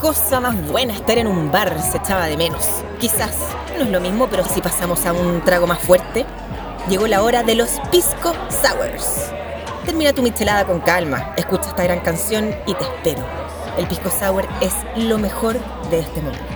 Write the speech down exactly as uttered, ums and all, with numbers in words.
cosa más buena estar en un bar, se echaba de menos. Quizás no es lo mismo, pero si pasamos a un trago más fuerte, llegó la hora de los Pisco Sours. Termina tu michelada con calma, escucha esta gran canción y te espero. El Pisco Sour es lo mejor de este momento.